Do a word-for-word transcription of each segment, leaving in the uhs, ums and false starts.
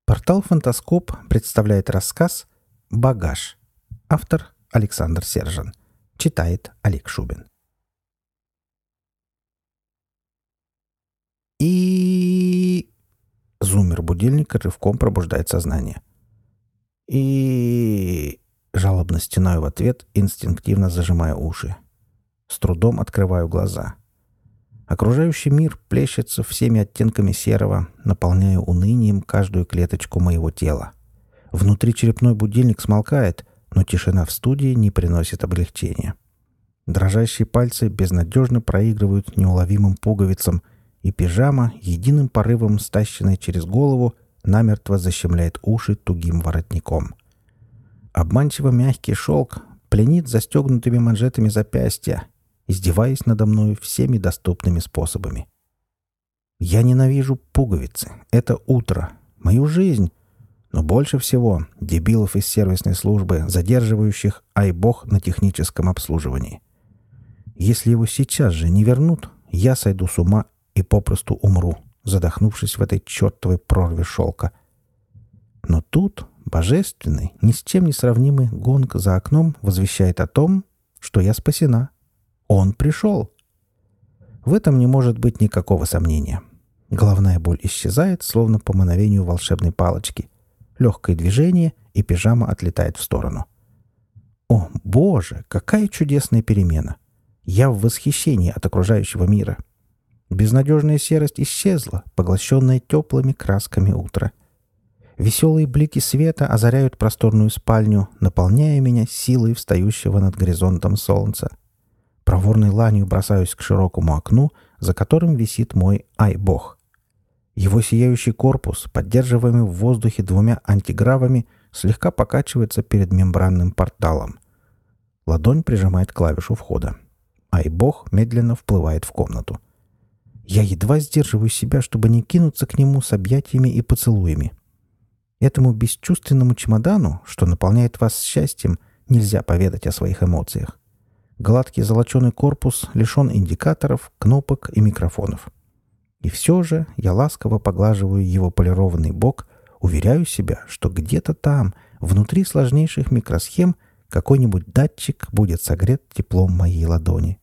Портал «Фантаскоп» представляет рассказ «Багаж». Автор Александр Сержан. Читает Олег Шубин. И... Зуммер будильника рывком пробуждает сознание. И... Жалобно стенаю в ответ, инстинктивно зажимая уши. С трудом открываю глаза. Окружающий мир плещется всеми оттенками серого, наполняя унынием каждую клеточку моего тела. Внутричерепной будильник смолкает, но тишина в студии не приносит облегчения. Дрожащие пальцы безнадежно проигрывают неуловимым пуговицам, и пижама, единым порывом стащенная через голову, намертво защемляет уши тугим воротником. Обманчиво мягкий шелк пленит застегнутыми манжетами запястья, издеваясь надо мной всеми доступными способами. Я ненавижу пуговицы. Это утро. Мою жизнь. Но больше всего дебилов из сервисной службы, задерживающих, ай бог, на техническом обслуживании. Если его сейчас же не вернут, я сойду с ума и попросту умру, задохнувшись в этой чертовой прорве шелка. Но тут божественный, ни с чем не сравнимый гонг за окном возвещает о том, что я спасена. Он пришел. В этом не может быть никакого сомнения. Головная боль исчезает, словно по мановению волшебной палочки. Легкое движение, и пижама отлетает в сторону. О, Боже, какая чудесная перемена! Я в восхищении от окружающего мира. Безнадежная серость исчезла, поглощенная теплыми красками утра. Веселые блики света озаряют просторную спальню, наполняя меня силой встающего над горизонтом солнца. Проворной ланью бросаюсь к широкому окну, за которым висит мой ай-бог. Его сияющий корпус, поддерживаемый в воздухе двумя антигравами, слегка покачивается перед мембранным порталом. Ладонь прижимает клавишу входа. Ай-бог медленно вплывает в комнату. Я едва сдерживаю себя, чтобы не кинуться к нему с объятиями и поцелуями. Этому бесчувственному чемодану, что наполняет вас счастьем, нельзя поведать о своих эмоциях. Гладкий золоченый корпус лишен индикаторов, кнопок и микрофонов. И все же я ласково поглаживаю его полированный бок, уверяю себя, что где-то там, внутри сложнейших микросхем, какой-нибудь датчик будет согрет теплом моей ладони.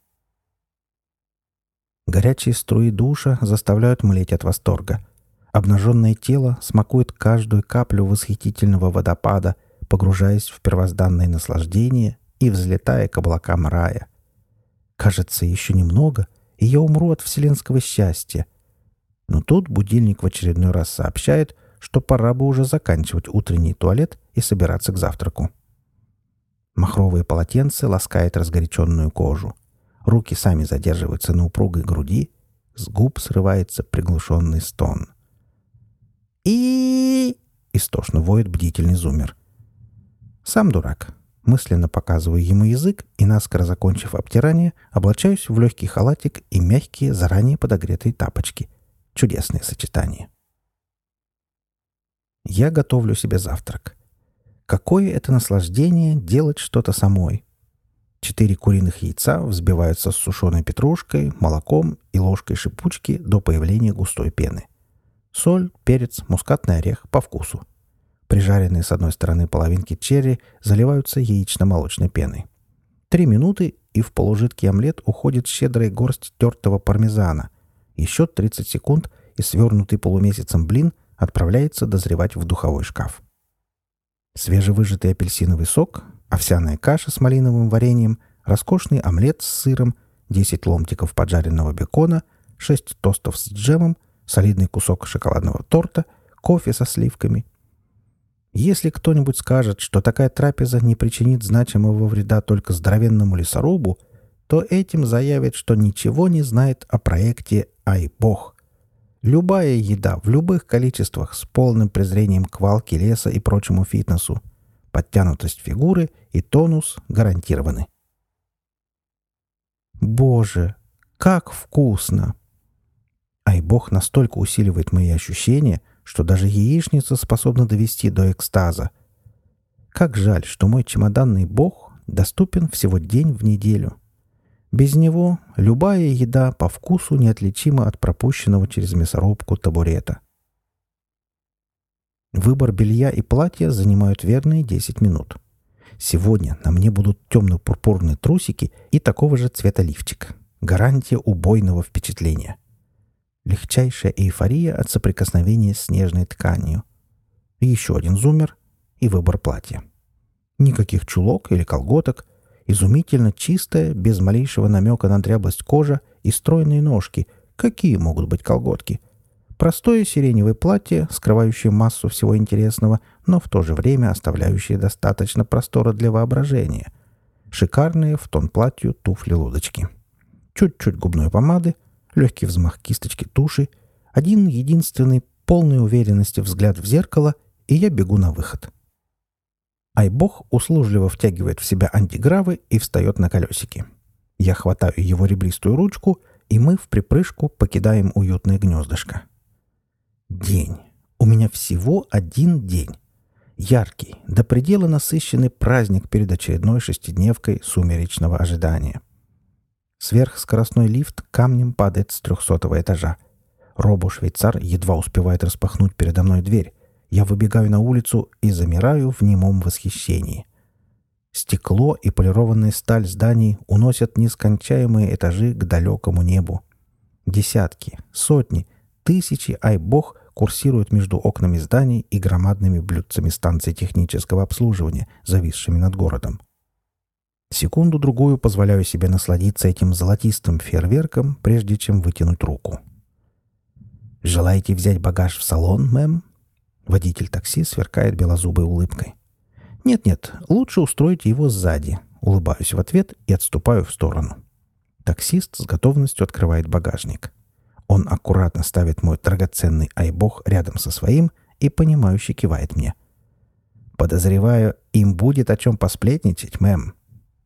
Горячие струи душа заставляют млеть от восторга. Обнаженное тело смакует каждую каплю восхитительного водопада, погружаясь в первозданное наслаждение и взлетая к облакам рая. Кажется, еще немного, и я умру от вселенского счастья. Но тут будильник в очередной раз сообщает, что пора бы уже заканчивать утренний туалет и собираться к завтраку. Махровое полотенце ласкает разгоряченную кожу. Руки сами задерживаются на упругой груди, с губ срывается приглушенный стон. И истошно воет бдительный зуммер. Сам дурак. Мысленно показываю ему язык и, наскоро закончив обтирание, облачаюсь в легкий халатик и мягкие, заранее подогретые тапочки. Чудесное сочетание. Я готовлю себе завтрак. Какое это наслаждение делать что-то самой. Четыре куриных яйца взбиваются с сушеной петрушкой, молоком и ложкой шипучки до появления густой пены. Соль, перец, мускатный орех по вкусу. Прижаренные с одной стороны половинки черри заливаются яично-молочной пеной. Три минуты, и в полужидкий омлет уходит щедрая горсть тертого пармезана. Еще тридцать секунд, и свернутый полумесяцем блин отправляется дозревать в духовой шкаф. Свежевыжатый апельсиновый сок, овсяная каша с малиновым вареньем, роскошный омлет с сыром, десять ломтиков поджаренного бекона, шесть тостов с джемом, солидный кусок шоколадного торта, кофе со сливками. Если кто-нибудь скажет, что такая трапеза не причинит значимого вреда только здоровенному лесорубу, то этим заявит, что ничего не знает о проекте «Ай-бог». Любая еда в любых количествах с полным презрением к валке леса и прочему фитнесу. Подтянутость фигуры и тонус гарантированы. Боже, как вкусно! Ай-бог настолько усиливает мои ощущения, что даже яичница способна довести до экстаза. Как жаль, что мой чемоданный бог доступен всего день в неделю. Без него любая еда по вкусу неотличима от пропущенного через мясорубку табурета. Выбор белья и платья занимают верные десять минут. Сегодня на мне будут темно-пурпурные трусики и такого же цвета лифчик. Гарантия убойного впечатления. Легчайшая эйфория от соприкосновения с нежной тканью. И еще один зуммер и выбор платья. Никаких чулок или колготок. Изумительно чистая, без малейшего намека на дряблость кожа и стройные ножки. Какие могут быть колготки? Простое сиреневое платье, скрывающее массу всего интересного, но в то же время оставляющее достаточно простора для воображения. Шикарные в тон платью туфли-лодочки. Чуть-чуть губной помады, легкий взмах кисточки туши, один единственный, полной уверенности взгляд в зеркало, и я бегу на выход. Айбох услужливо втягивает в себя антигравы и встает на колесики. Я хватаю его ребристую ручку, и мы в припрыжку покидаем уютное гнездышко. День. У меня всего один день. Яркий, до предела насыщенный праздник перед очередной шестидневкой сумеречного ожидания. Сверхскоростной лифт камнем падает с трехсотого этажа. Робо-швейцар едва успевает распахнуть передо мной дверь. Я выбегаю на улицу и замираю в немом восхищении. Стекло и полированная сталь зданий уносят нескончаемые этажи к далекому небу. Десятки, сотни, тысячи айбох курсируют между окнами зданий и громадными блюдцами станций технического обслуживания, зависшими над городом. Секунду-другую позволяю себе насладиться этим золотистым фейерверком, прежде чем вытянуть руку. «Желаете взять багаж в салон, мэм?» Водитель такси сверкает белозубой улыбкой. «Нет-нет, лучше устроить его сзади». Улыбаюсь в ответ и отступаю в сторону. Таксист с готовностью открывает багажник. Он аккуратно ставит мой драгоценный айбох рядом со своим и понимающе кивает мне. «Подозреваю, им будет о чем посплетничать, мэм».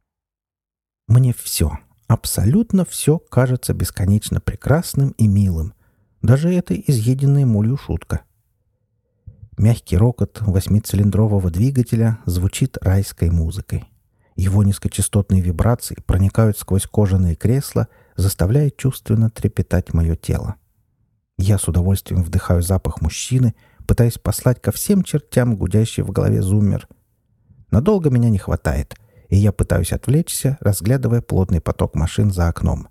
Мне все, абсолютно все кажется бесконечно прекрасным и милым. Даже эта изъеденная молью шутка. Мягкий рокот восьмицилиндрового двигателя звучит райской музыкой. Его низкочастотные вибрации проникают сквозь кожаные кресла, заставляя чувственно трепетать мое тело. Я с удовольствием вдыхаю запах мужчины, пытаясь послать ко всем чертям гудящий в голове зуммер. Надолго меня не хватает, и я пытаюсь отвлечься, разглядывая плотный поток машин за окном.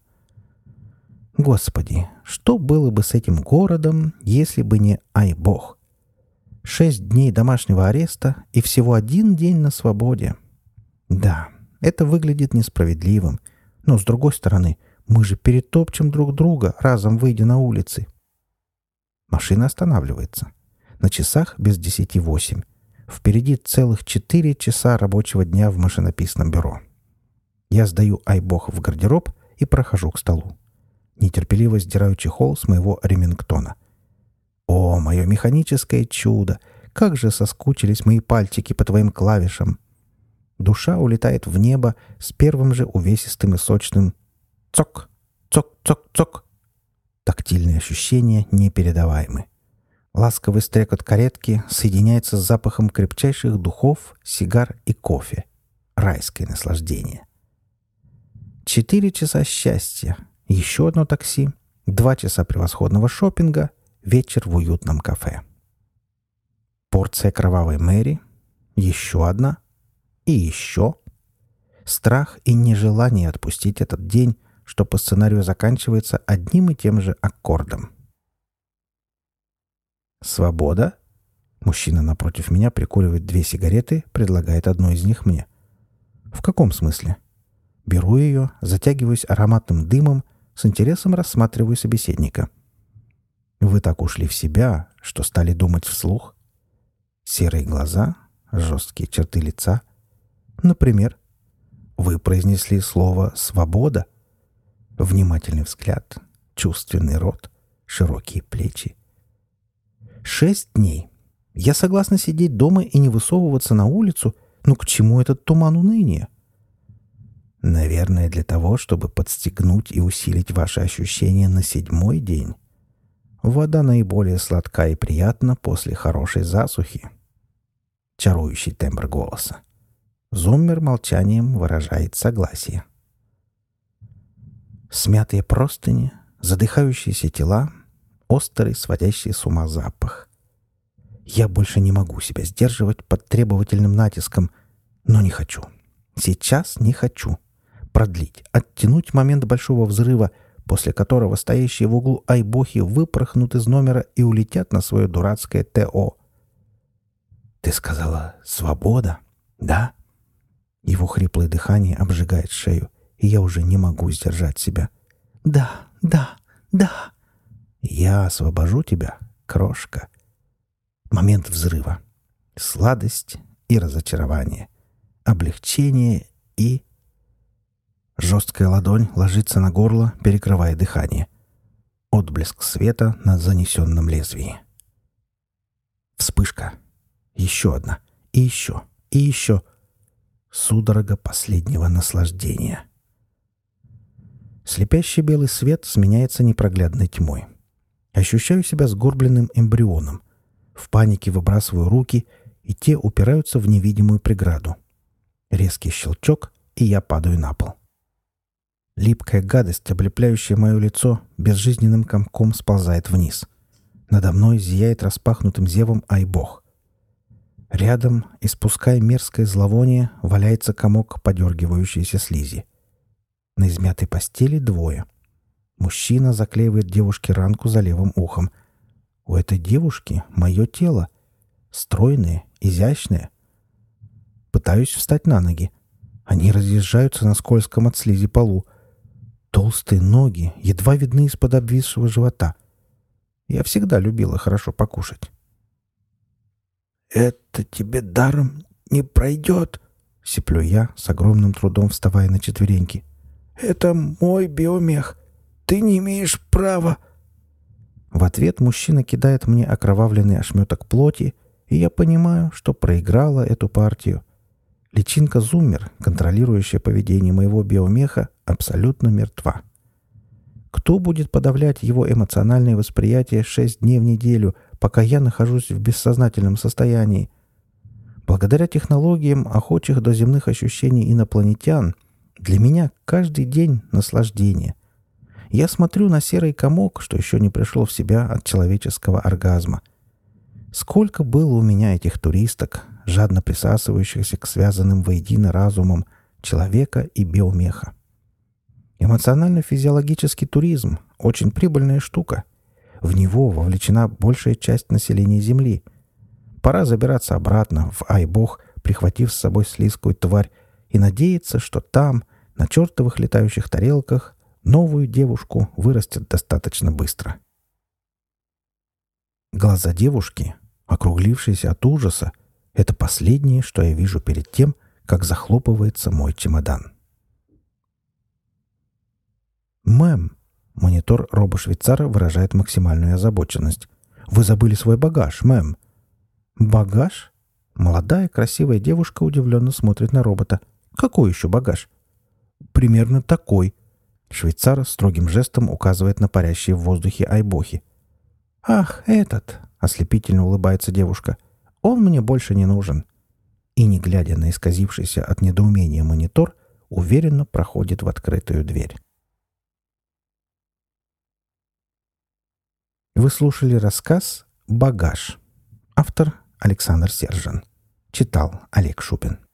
Господи, что было бы с этим городом, если бы не айбох? Шесть дней домашнего ареста и всего один день на свободе. Да, это выглядит несправедливым, но, с другой стороны, мы же перетопчем друг друга, разом выйдя на улицы. Машина останавливается. На часах без десяти восемь. Впереди целых четыре часа рабочего дня в машинописном бюро. Я сдаю айбох в гардероб и прохожу к столу. Нетерпеливо сдираю чехол с моего ремингтона. О, мое механическое чудо! Как же соскучились мои пальчики по твоим клавишам! Душа улетает в небо с первым же увесистым и сочным цок, цок, цок, цок. Тактильные ощущения непередаваемы. Ласковый стрекот каретки соединяется с запахом крепчайших духов, сигар и кофе. Райское наслаждение. Четыре часа счастья, еще одно такси, два часа превосходного шопинга, вечер в уютном кафе. Порция кровавой Мэри, еще одна и еще. Страх и нежелание отпустить этот день, что по сценарию заканчивается одним и тем же аккордом. «Свобода?» Мужчина напротив меня прикуривает две сигареты, предлагает одну из них мне. «В каком смысле?» Беру ее, затягиваюсь ароматным дымом, с интересом рассматриваю собеседника. «Вы так ушли в себя, что стали думать вслух?» Серые глаза, жесткие черты лица. Например, вы произнесли слово «свобода». Внимательный взгляд, чувственный рот, широкие плечи. Шесть дней. Я согласна сидеть дома и не высовываться на улицу, но к чему этот туман уныния? Наверное, для того, чтобы подстегнуть и усилить ваши ощущения на седьмой день. Вода наиболее сладка и приятна после хорошей засухи. Чарующий тембр голоса. Зуммер молчанием выражает согласие. Смятые простыни, задыхающиеся тела, острый, сводящий с ума запах. Я больше не могу себя сдерживать под требовательным натиском, но не хочу. Сейчас не хочу. Продлить, оттянуть момент большого взрыва, после которого стоящие в углу айбохи выпорхнут из номера и улетят на свое дурацкое ТО. «Ты сказала «свобода», да?» Его хриплое дыхание обжигает шею, и я уже не могу сдержать себя. «Да, да, да!» «Я освобожу тебя, крошка». Момент взрыва. Сладость и разочарование. Облегчение и... Жесткая ладонь ложится на горло, перекрывая дыхание. Отблеск света на занесенном лезвии. Вспышка. Еще одна. И еще. И еще. Судорога последнего наслаждения. Слепящий белый свет сменяется непроглядной тьмой. Ощущаю себя сгорбленным эмбрионом. В панике выбрасываю руки, и те упираются в невидимую преграду. Резкий щелчок, и я падаю на пол. Липкая гадость, облепляющая мое лицо, безжизненным комком сползает вниз. Надо мной зияет распахнутым зевом айбох. Рядом, испуская мерзкое зловоние, валяется комок подергивающейся слизи. На измятой постели двое. Мужчина заклеивает девушке ранку за левым ухом. У этой девушки мое тело. Стройное, изящное. Пытаюсь встать на ноги. Они разъезжаются на скользком от слизи полу. Толстые ноги едва видны из-под обвисшего живота. Я всегда любила хорошо покушать. «Это тебе даром не пройдет», — сиплю я, с огромным трудом вставая на четвереньки. «Это мой биомех. Ты не имеешь права». В ответ мужчина кидает мне окровавленный ошметок плоти, и я понимаю, что проиграла эту партию. Личинка Зуммер, контролирующая поведение моего биомеха, абсолютно мертва. Кто будет подавлять его эмоциональное восприятие шесть дней в неделю, пока я нахожусь в бессознательном состоянии? Благодаря технологиям, охочих до земных ощущений инопланетян, для меня каждый день наслаждение. Я смотрю на серый комок, что еще не пришел в себя от человеческого оргазма. Сколько было у меня этих туристок, жадно присасывающихся к связанным воедино разумам человека и биомеха. Эмоционально-физиологический туризм – очень прибыльная штука. В него вовлечена большая часть населения Земли. Пора забираться обратно в айбох, прихватив с собой слизкую тварь, и надеяться, что там, на чертовых летающих тарелках, новую девушку вырастет достаточно быстро. Глаза девушки, округлившиеся от ужаса, это последнее, что я вижу перед тем, как захлопывается мой чемодан. «Мэм», — монитор робо-швейцара выражает максимальную озабоченность. «Вы забыли свой багаж, мэм». «Багаж?» Молодая, красивая девушка удивленно смотрит на робота. «Какой еще багаж?» «Примерно такой». Швейцар строгим жестом указывает на парящие в воздухе айбохи. «Ах, этот!» — ослепительно улыбается девушка. «Он мне больше не нужен». И, не глядя на исказившийся от недоумения монитор, уверенно проходит в открытую дверь. Вы слушали рассказ «Багаж». Автор Александр Сержан. Читал Олег Шупин.